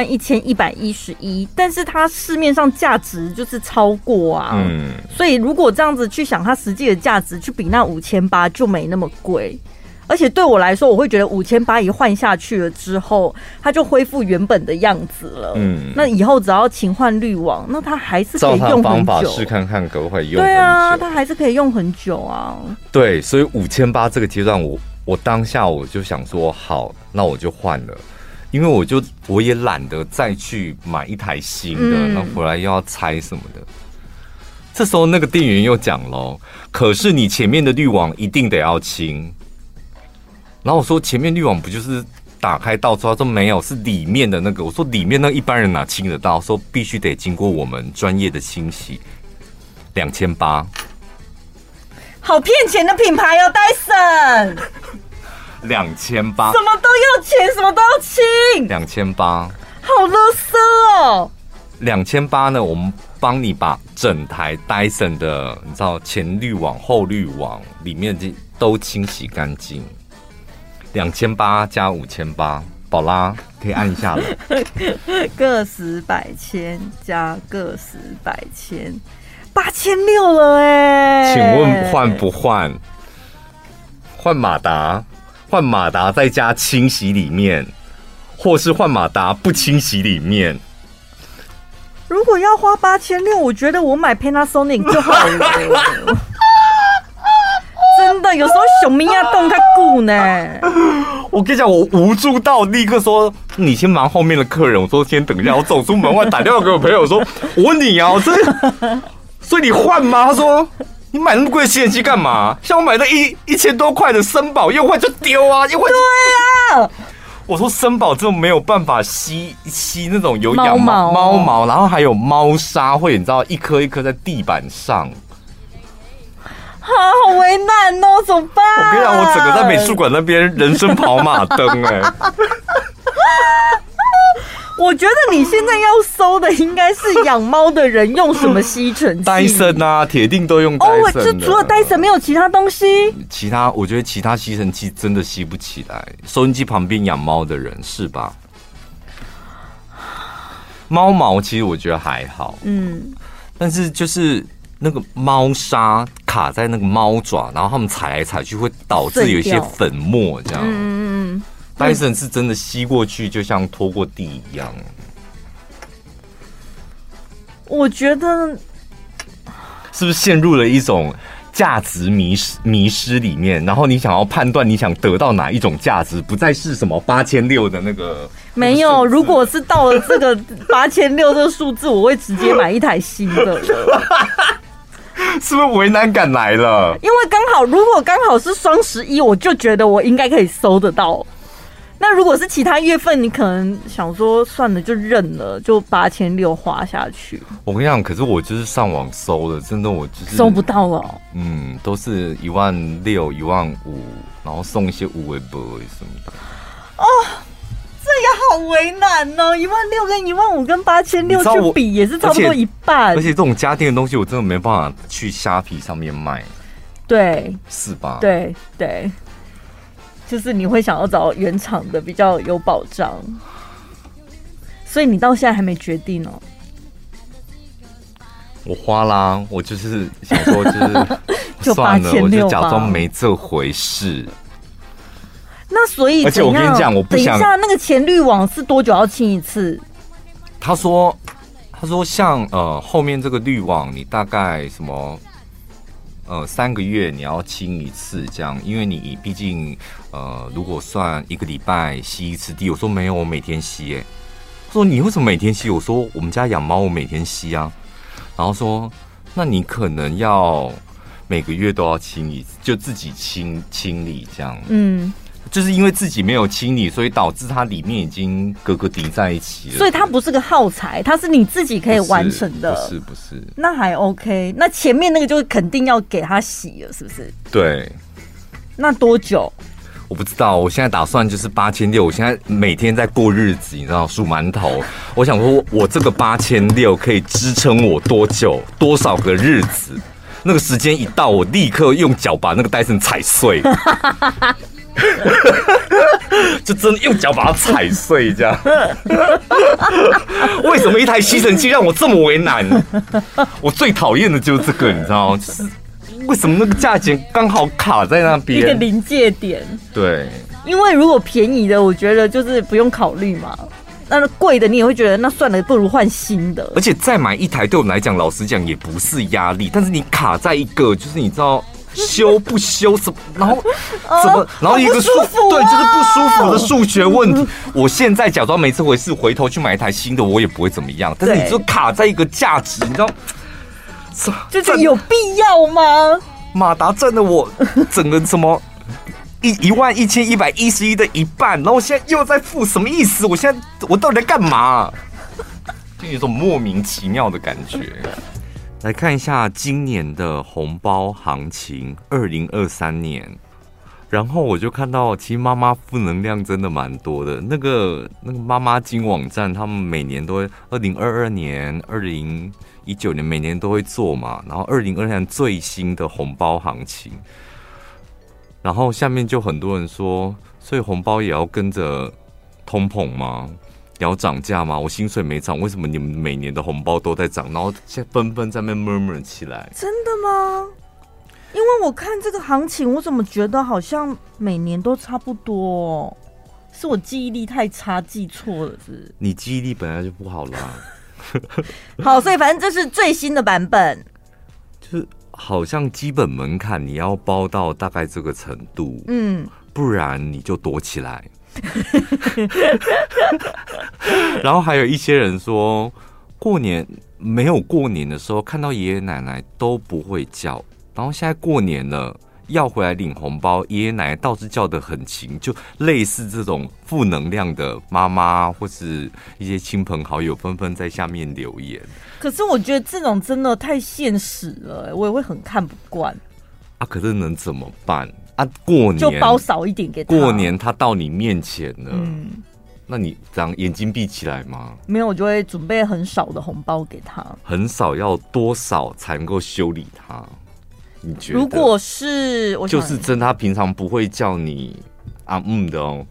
11111，但是它市面上价值就是超过啊，所以如果这样子去想它实际的价值，去比那5800就没那么贵。而且对我来说，我会觉得5800一换下去了之后，它就恢复原本的样子了。那以后只要勤换滤网，那它还是可以用很久。照它方法
试看看可不可以用很久。
对啊，它还是可以用很久啊。
对，所以5800这个阶段，我当下我就想说，好，那我就换了，因为我也懒得再去买一台新的，那回来又要拆什么的。这时候那个店员又讲咯，可是你前面的滤网一定得要清。然后我说前面滤网不就是打开倒出？他说没有，是里面的那个。我说里面那一般人哪清得到？说必须得经过我们专业的清洗，2800。
好骗钱的品牌哦 ，Dyson。
2800，
什么都要钱，什么都要清。2800，好垃圾哦。
2800呢，我们帮你把整台 Dyson 的，你知道前滤网、后滤网里面都清洗干净。2800加5800，宝拉可以按一下了。
个十百千加个十百千，8600了哎！
请问换不换？换马达？换马达再加清洗里面，或是换马达不清洗里面？
如果要花8600，我觉得我买 Panasonic 就好了。真的，有时候小明要动他顾呢。
我跟你讲，我无助到立刻说：“你先忙后面的客人。”我说：“先等一下。”我走出门外打电话给我朋友说：“我问你啊，所以你换吗？”他说：“你买那么贵的吸尘器干嘛？像我买的1000多块的森宝，用坏就丢啊，用坏就……
对啊。”
我说森宝真的没有办法吸那种有养猫毛，然后还有猫砂会，你知道一颗一颗在地板上。
好为难哦，怎么办？
我跟你讲，我整个在美术馆那边人生跑马灯哎。
我觉得你现在要搜的应该是养猫的人用什么吸尘器
？Dyson 啊，铁定都用 Dyson 的。
就除了 Dyson 没有其他东西。
我觉得其他吸尘器真的吸不起来。收音机旁边养猫的人是吧？猫毛其实我觉得还好，但是就是那个猫砂卡在那个猫爪，然后他们踩来踩去会导致有一些粉末这样。Dyson 是真的吸过去就像拖过地一样。
我觉得
是不是陷入了一种价值迷失里面？然后你想要判断你想得到哪一种价值，不再是什么8600的那个。
没有，如果是到了这个8600这个数字，我会直接买一台新的了。
是不是为难感来了？
因为如果刚好是双11，我就觉得我应该可以搜得到。那如果是其他月份，你可能想说算了就认了，就8600花下去。我跟你讲，
可是我就是上网搜的，真的我就是
搜不到了。
都是16000、15000，然后送一些无为博什么的。
哦，这也好为难哦！16000跟15000跟8600去比，也是差不多一半。
而且这种家电的东西，我真的没办法去虾皮上面卖。
对，
是吧？
对对。就是你会想要找原厂的比较有保障，所以你到现在还没决定哦。
我花啦，我就是想说，就是算了，我就假装没这回事。
那所以，
而且我跟你讲，我不想。
等一下，那个前滤网是多久要清一次？
他说像后面这个滤网，你大概什么3个月你要清一次，这样，因为你毕竟如果算1个礼拜吸一次地，我说没有，我每天吸耶。他说你为什么每天吸？我说我们家养猫，我每天吸啊。然后说那你可能要每个月都要清一次，就自己清理这样。就是因为自己没有清理，所以导致它里面已经格敌在一起了。
所以它不是个耗材，它是你自己可以完成的。
不是，
那还 OK。那前面那个就肯定要给它洗了，是不是？
对。
那多久？
我不知道，我现在打算就是8600，我现在每天在过日子，你知道，数馒头。我想说，我这个8600可以支撑我多久、多少个日子？ 那个时间一到，我立刻用脚把那个戴森踩碎，就真的用脚把它踩碎，这样。为什么一台吸尘器让我这么为难？我最讨厌的就是这个，你知道吗？就是为什么那个价钱刚好卡在那边，
一个临界点。
对，
因为如果便宜的，我觉得就是不用考虑嘛。那贵的你也会觉得那算了，不如换新的。
而且再买一台对我们来讲，老实讲也不是压力，但是你卡在一个就是你知道修不修什么，然后怎么，然后一个对，就是不舒服的数学问题。我现在假装没这回事，回头去买一台新的，我也不会怎么样。但是你就卡在一个价值，你知道，
就是有必要吗？
马达占了我整个什么11111的一半，然后我现在又在付，什么意思？我到底在干嘛？就有种莫名其妙的感觉。来看一下今年的红包行情，2023年。然后我就看到，其实妈妈负能量真的蛮多的。那个妈妈经网站，他们每年都会，2022年、2019年每年都会做嘛。然后2023年最新的红包行情。然后下面就很多人说，所以红包也要跟着通膨吗？也要涨价吗？我薪水没涨，为什么你们每年的红包都在涨？然后现在纷纷在那边 murmur 起来。
真的吗？因为我看这个行情，我怎么觉得好像每年都差不多哦？是我记忆力太差，记错了是？
你记忆力本来就不好啦。
好，所以反正这是最新的版本，
就是好像基本门槛你要包到大概这个程度，不然你就躲起来。然后还有一些人说，过年没有过年的时候，看到爷爷奶奶都不会叫，然后现在过年了要回来领红包，爷爷奶奶倒是叫得很勤，就类似这种负能量的妈妈或是一些亲朋好友纷纷在下面留言。
可是我觉得这种真的太现实了，我也会很看不惯
啊。可是能怎么办啊？过年
就包少一点给他。
过年他到你面前了，那你这样眼睛闭起来吗？
没有，我就会准备很少的红包给他。
很少要多少才能够修理他？你觉得？
如果是我
就是真他平常不会叫你的哦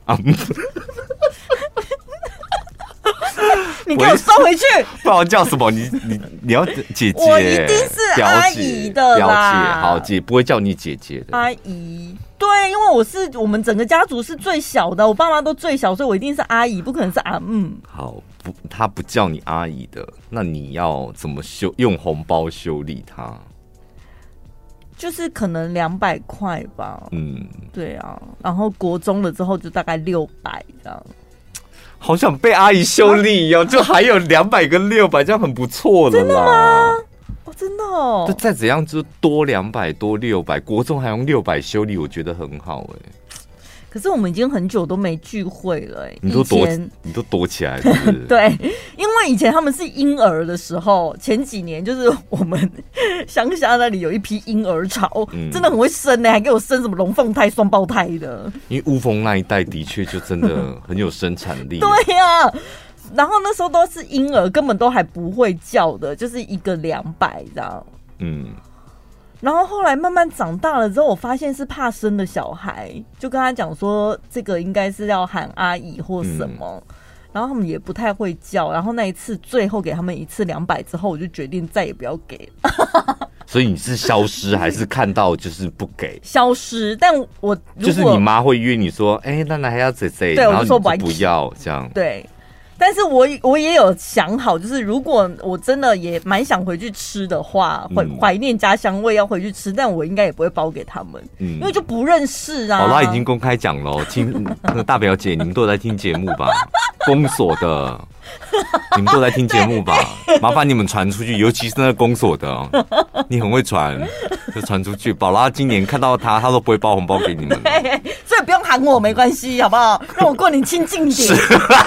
你给我收回去！
不知道叫什么？你要姐姐？
我一定是阿姨的啦。
表姐，好姐不会叫你姐姐的。
阿姨，对，因为我们整个家族是最小的，我爸妈都最小，所以我一定是阿姨，不可能是阿姆。
好，他不叫你阿姨的，那你要怎么用红包修理他？
就是可能200块吧。对啊，然后国中了之后就大概600这样。
好想被阿姨修理哦，就还有200跟600，这样很不错了啦。真的
吗？真的哦。
就再怎样就多200多600，国中还用600修理，我觉得很好哎。
可是我们已经很久都没聚会了
你都躲起来了是不是？
对，因为以前他们是婴儿的时候，前几年就是我们乡下那里有一批婴儿潮，真的很会生呢，还给我生什么龙凤胎、双胞胎的。
因为雾峰那一带的确就真的很有生产力。
对呀、然后那时候都是婴儿，根本都还不会叫的，就是一个200这样。然后后来慢慢长大了之后，我发现是怕生的小孩，就跟他讲说这个应该是要喊阿姨或什么，然后他们也不太会叫。然后那一次最后给他们一次200之后，我就决定再也不要给了。
所以你是消失还是看到就是不给？
消失，但我
就是你妈会约你说，那还要谁，
对，
然后你就
不
要这样。
对。但是我也有想好，就是如果我真的也蛮想回去吃的话，怀念家乡味要回去吃，但我应该也不会包给他们，因为就不认识啊。
好啦，已经公开讲了，那个大表姐，你们都有在听节目吧？公所的，你们都在听节目吧？麻烦你们传出去，尤其是那个公所的，你很会传，就传出去。宝拉今年看到他都不会包红包给你们，
所以不用喊我没关系，好不好？让我过年亲近一点。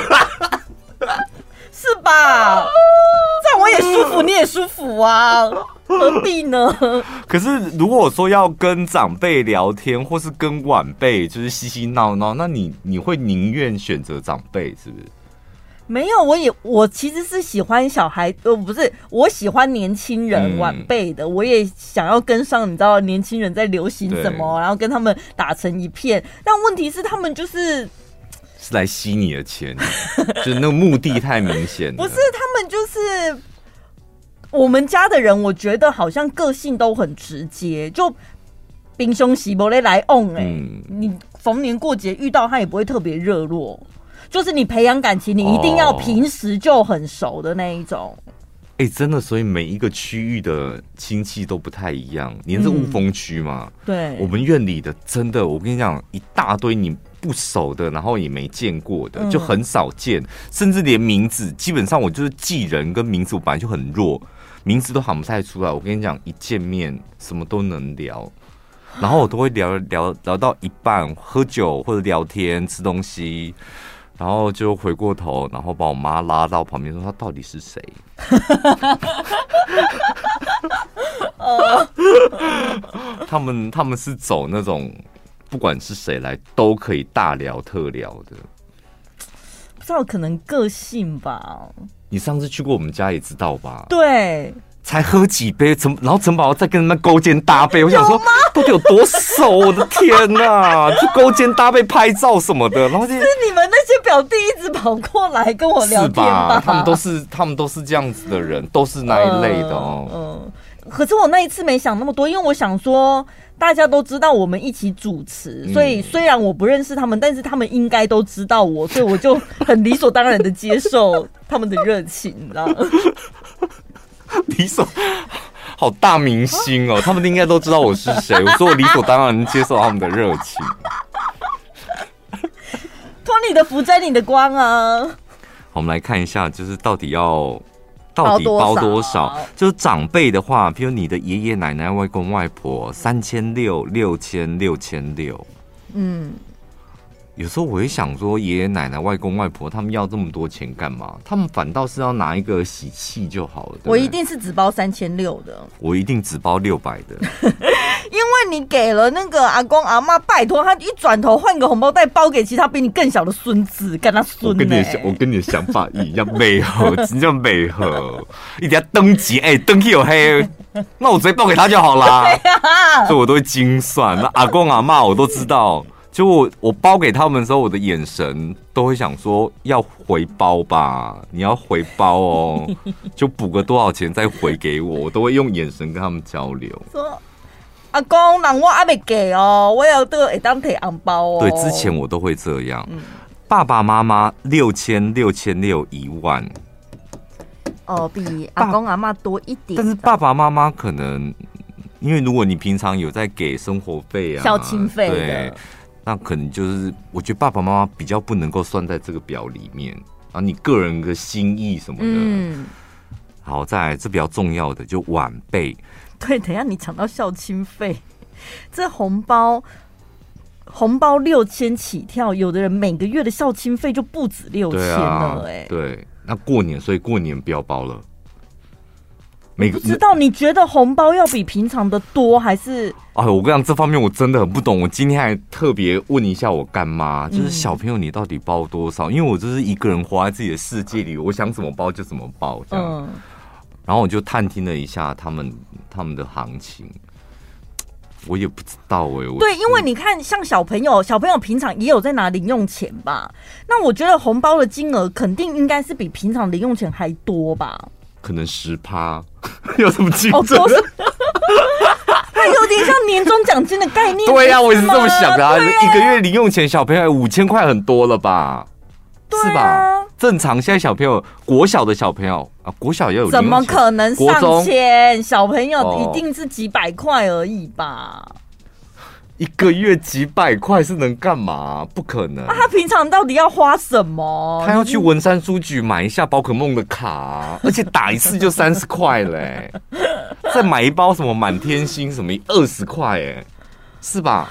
是吧？这样我也舒服，你也舒服啊，何必呢？
可是如果说要跟长辈聊天，或是跟晚辈就是嬉嬉闹闹，那你会宁愿选择长辈是不是？
没有，我其实是喜欢小孩，不是，我喜欢年轻人晚辈的，我也想要跟上，你知道年轻人在流行什么，然后跟他们打成一片。但问题是，他们是
来吸你的钱，就是那个目的太明显了。
不是，他们就是我们家的人，我觉得好像个性都很直接，就兵凶喜不来翁你逢年过节遇到他也不会特别热络。就是你培养感情，你一定要平时就很熟的那一种。
真的，所以每一个区域的亲戚都不太一样。你是雾峰区嘛？
对，
我们院里的真的，我跟你讲，一大堆你不熟的，然后也没见过的，就很少见，甚至连名字，基本上我就是记人跟名字，我本来就很弱，名字都喊不太出来。我跟你讲，一见面什么都能聊。然后我都会聊到一半，喝酒或者聊天吃东西，然后就回过头，然后把我妈拉到旁边说：“她到底是谁？”他们是走那种不管是谁来都可以大聊特聊的，
不知道可能个性吧。
你上次去过我们家也知道吧？
对。
才喝几杯，然后陈宝在跟他们勾肩搭背，我想说到底有多熟？我的天哪，就勾肩搭背拍照什么的，然后是
你们那些表弟一直跑过来跟我聊天吧？
他们都是这样子的人，都是那一类的哦。
可是我那一次没想那么多，因为我想说大家都知道我们一起主持，所以虽然我不认识他们，但是他们应该都知道我，所以我就很理所当然的接受他们的热情，你知道吗？
理所好大明星哦，他们应该都知道我是谁。我说我理所当然接受他们的热情，
托你的福沾你的光啊！
我们来看一下，就是到底包多少？就是长辈的话，比如你的爷爷奶奶、外公外婆，3600、6000、6600。有时候我会想说，爷爷奶奶、外公外婆他们要这么多钱干嘛？他们反倒是要拿一个喜气就好了。对对，
我一定是只包3600的，
我一定只包600的，
因为你给了那个阿公阿嬷，拜托他一转头换个红包袋包给其他比你更小的孙子，跟他孙。
我跟你的想法一样，美和真叫美和，一定要登记，登记有黑，那我直接包给他就好啦。所以我都会精算，那阿公阿嬷我都知道。就我包给他们的时候，我的眼神都会想说要回包吧，你要回包哦，就补个多少钱再回给我，我都会用眼神跟他们交流。说
阿公，人我还没给哦，我要这个会当提红包哦。
对，之前我都会这样。爸爸妈妈6000、6600、10000。
比阿公阿嬷多一点。
但是爸爸妈妈可能，因为如果你平常有在给生活费啊、
孝亲费的。
那可能就是，我觉得爸爸妈妈比较不能够算在这个表里面啊，你个人的心意什么的。好，再来这比较重要的就晚辈。
对，等一下你讲到孝亲费，这红包6000起跳，有的人每个月的孝亲费就不止6000了，
对，那所以过年不要包了。
不知道你觉得红包要比平常的多还是？
我跟你讲，这方面我真的很不懂。我今天还特别问一下我干妈，就是小朋友你到底包多少？因为我就是一个人活在自己的世界里，我想怎么包就怎么包这样。然后我就探听了一下他们的行情，我也不知道
对，因为你看，像小朋友平常也有在拿零用钱吧？那我觉得红包的金额肯定应该是比平常零用钱还多吧？
可能10%，有什么竞争？
它有点像年终奖金的概念。
对呀，我也是这么想的啊！一个月零用钱，小朋友5000块很多了吧？是吧？正常现在小朋友，国小的小朋友啊，国小也有零用钱，
怎么可能上千？小朋友一定是几百块而已吧？
一个月几百块是能干嘛？不可能。
他平常到底要花什么？
他要去文山书局买一下宝可梦的卡，而且打一次就30块嘞，再买一包什么满天星什么20块，是吧？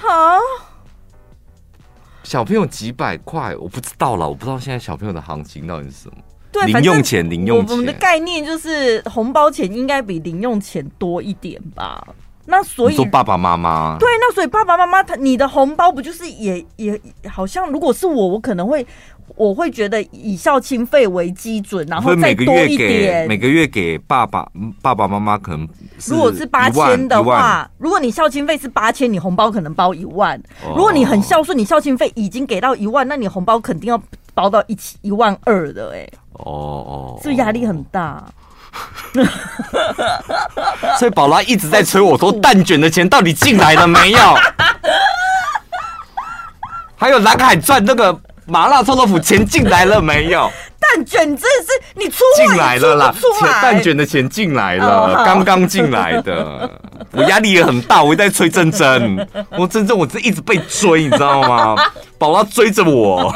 小朋友几百块，我不知道了，我不知道现在小朋友的行情到底是什么。
对，
零用钱，
我们的概念就是红包钱应该比零用钱多一点吧。那所以
你说爸爸妈妈对，
那所以爸爸妈妈你的红包不就是也好像，如果是我可能会我会觉得以孝亲费为基准，然后再多一点，
每个月给爸爸妈妈可能
如果是8000的话，如果你孝亲费是8000，你红包可能包1万。如果你很孝顺，你孝亲费已经给到1万，那你红包肯定要包到12000的哎。是不是压力很大？
所以宝拉一直在催我说蛋卷的钱到底进来了没有？还有蓝海赚那个麻辣臭豆腐钱进来了没有？
蛋卷真的是你出
进来了啦，蛋卷的钱进来了，刚刚进来的。我压力也很大，我一直在催珍珍，我是一直被追，你知道吗？宝拉追着我。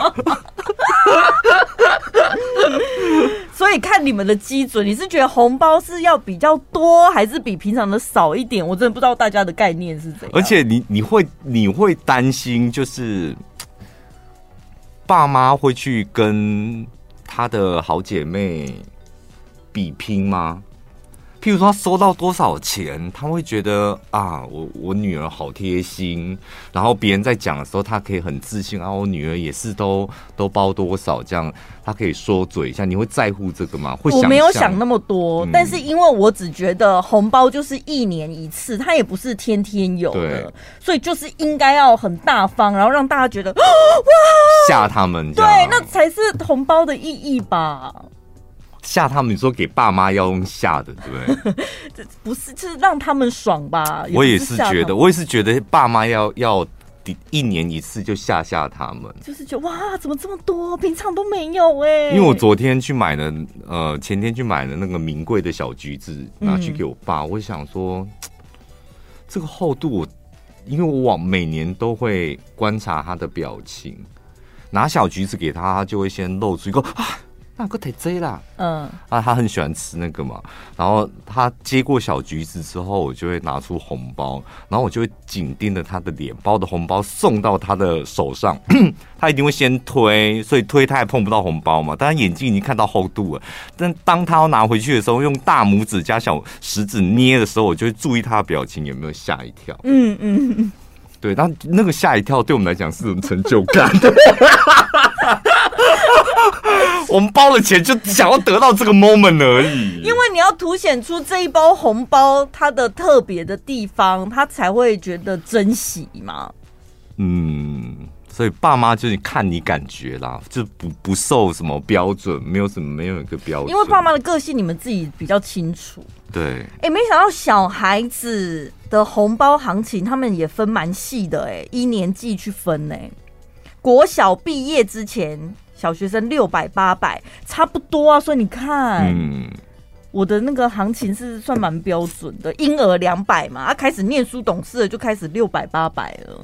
所以看你们的基准，你是觉得红包是要比较多，还是比平常的少一点？我真的不知道大家的概念是怎样。
而且你会担心，就是爸妈会去跟他的好姐妹比拼吗？譬如说他收到多少钱，他会觉得啊，我女儿好贴心，然后别人在讲的时候，他可以很自信啊，我女儿也是都包多少，这样他可以说嘴一下。你会在乎这个吗？会想象？
我没有想那么多，但是因为我只觉得红包就是1年一次，它也不是天天有的，所以就是应该要很大方，然后让大家觉得哇，
吓他们，
对，那才是红包的意义吧。
吓他们，你说给爸妈要用吓的，对不对？
不是，就是让他们爽吧。
我也是觉得爸妈要1年一次就吓他们，
就是觉得哇，怎么这么多，平常都没有哎。
因为我昨天去买的，前天去买的那个名贵的小橘子，拿去给我爸，我想说这个厚度，因为我每年都会观察他的表情，拿小橘子给他，他就会先露出一个啊。那个太贼啦，他很喜欢吃那个嘛。然后他接过小橘子之后，我就会拿出红包，然后我就会紧盯着他的脸，把我的红包送到他的手上。他一定会先推，所以推他还碰不到红包嘛。但他眼睛已经看到厚度了。但当他要拿回去的时候，用大拇指加小食指捏的时候，我就会注意他的表情有没有吓一跳。对，那个吓一跳对我们来讲是种成就感。我们包了钱就想要得到这个 moment 而已，
因为你要凸显出这一包红包它的特别的地方，他才会觉得珍惜嘛。
所以爸妈就是看你感觉啦，就不受什么标准，没有一个标准。
因为爸妈的个性你们自己比较清楚。
对，
没想到小孩子的红包行情他们也分蛮细的依年纪去分国小毕业之前，小学生600、800差不多啊，所以你看，我的那个行情是算蛮标准的，婴儿200嘛，开始念书懂事了就开始600、800了。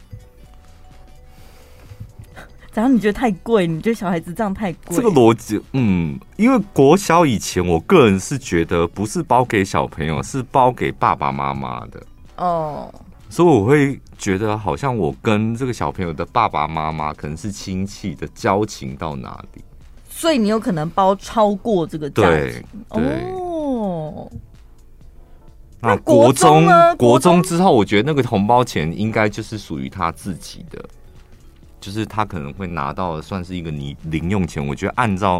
然后你觉得太贵？你觉得小孩子这样太贵？
这个逻辑，因为国小以前，我个人是觉得不是包给小朋友，是包给爸爸妈妈的。所以我会觉得好像我跟这个小朋友的爸爸妈妈可能是亲戚的交情到哪里，
所以你有可能包超过这个价钱。
对。那国中呢？国中之后，我觉得那个红包钱应该就是属于他自己的。就是他可能会拿到算是一个零用钱，我觉得按照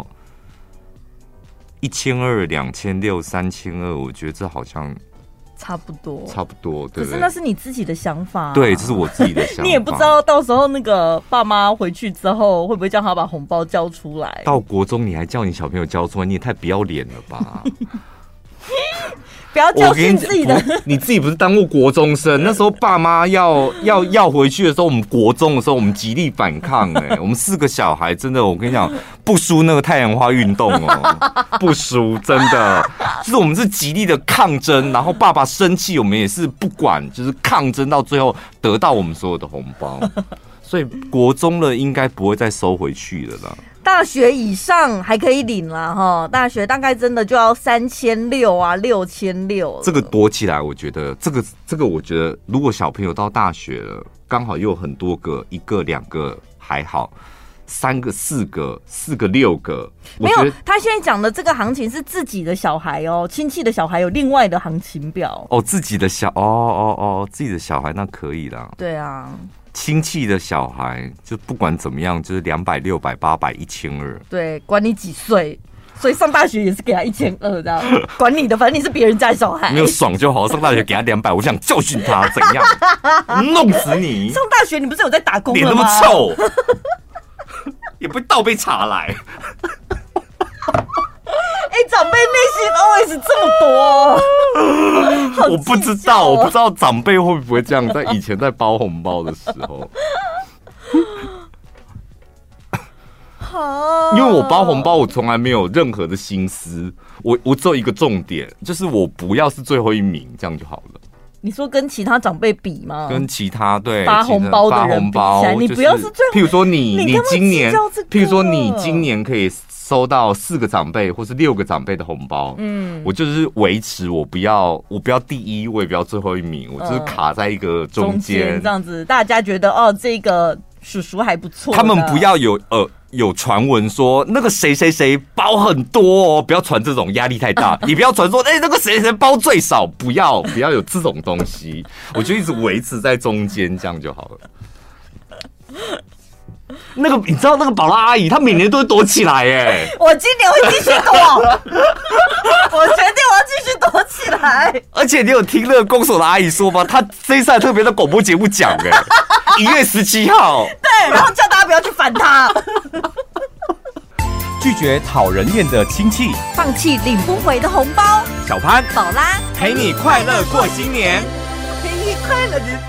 1200、2600、3200，我觉得这好像
差不多，
对。
可是那是你自己的想法，
对，这是我自己的想法。
你也不知道到时候那个爸妈回去之后会不会叫他把红包交出来。
到国中你还叫你小朋友交出来，你也太不要脸了吧！
不要教训自己的，
你自己不是当过国中生？那时候爸妈要回去的时候，我们国中的时候，我们极力反抗我们4个小孩真的，我跟你讲，不输那个太阳花运动不输，真的，就是我们是极力的抗争，然后爸爸生气，我们也是不管，就是抗争到最后得到我们所有的红包，所以国中了应该不会再收回去了啦。
大学以上还可以领啦哈，大学大概真的就要3600啊，6600。这
个躲起来，我觉得这个，我觉得如果小朋友到大学了，刚好又有很多个，1个2个还好，3个4个4个6个，
没有。他现在讲的这个行情是自己的小孩亲戚的小孩有另外的行情表
自己的自己的小孩那可以啦。
对啊。
亲戚的小孩，就不管怎么样，就是200、600、800、1200。
对，管你几岁。所以上大学也是给他1200，这样管你的，反正你是别人家的小孩，
没有爽就好。上大学给他200，我想教训他，怎样？弄死你！
上大学你不是有在打工了吗？
脸那么臭，也不会倒杯茶来。
长辈内心 always 这么多，
我不知道，我不知道长辈会不会这样，在以前在包红包的时候。因为我包红包，我从来没有任何的心思，我只有一个重点，就是我不要是最后一名，这样就好了。
你说跟其他长辈比吗？
跟其他对
发红包的人比起来，你不要是最后。
譬如说你今年，譬如说你今年可以收到4个长辈或是6个长辈的红包，我就是维持我不要第一，我也不要最后一名，我就是卡在一个中间
这样子，大家觉得这个叔叔还不错。
他们不要有传闻说那个谁谁谁包很多哦，不要传这种，压力太大。你不要传说那个谁谁包最少，不要有这种东西。我就一直维持在中间，这样就好了。那个你知道那个宝拉阿姨，她每年都会躲起来耶。
我今年会继续躲，我决定我要继续躲起来。
而且你有听那个公所的阿姨说吗？她这一次还特别在广播节目讲1月17号。
对，然后叫大家不要去烦她。
拒绝讨人厌的亲戚，
放弃领不回的红包。
小潘、
宝拉
陪你快乐过新年，
陪你快乐日子。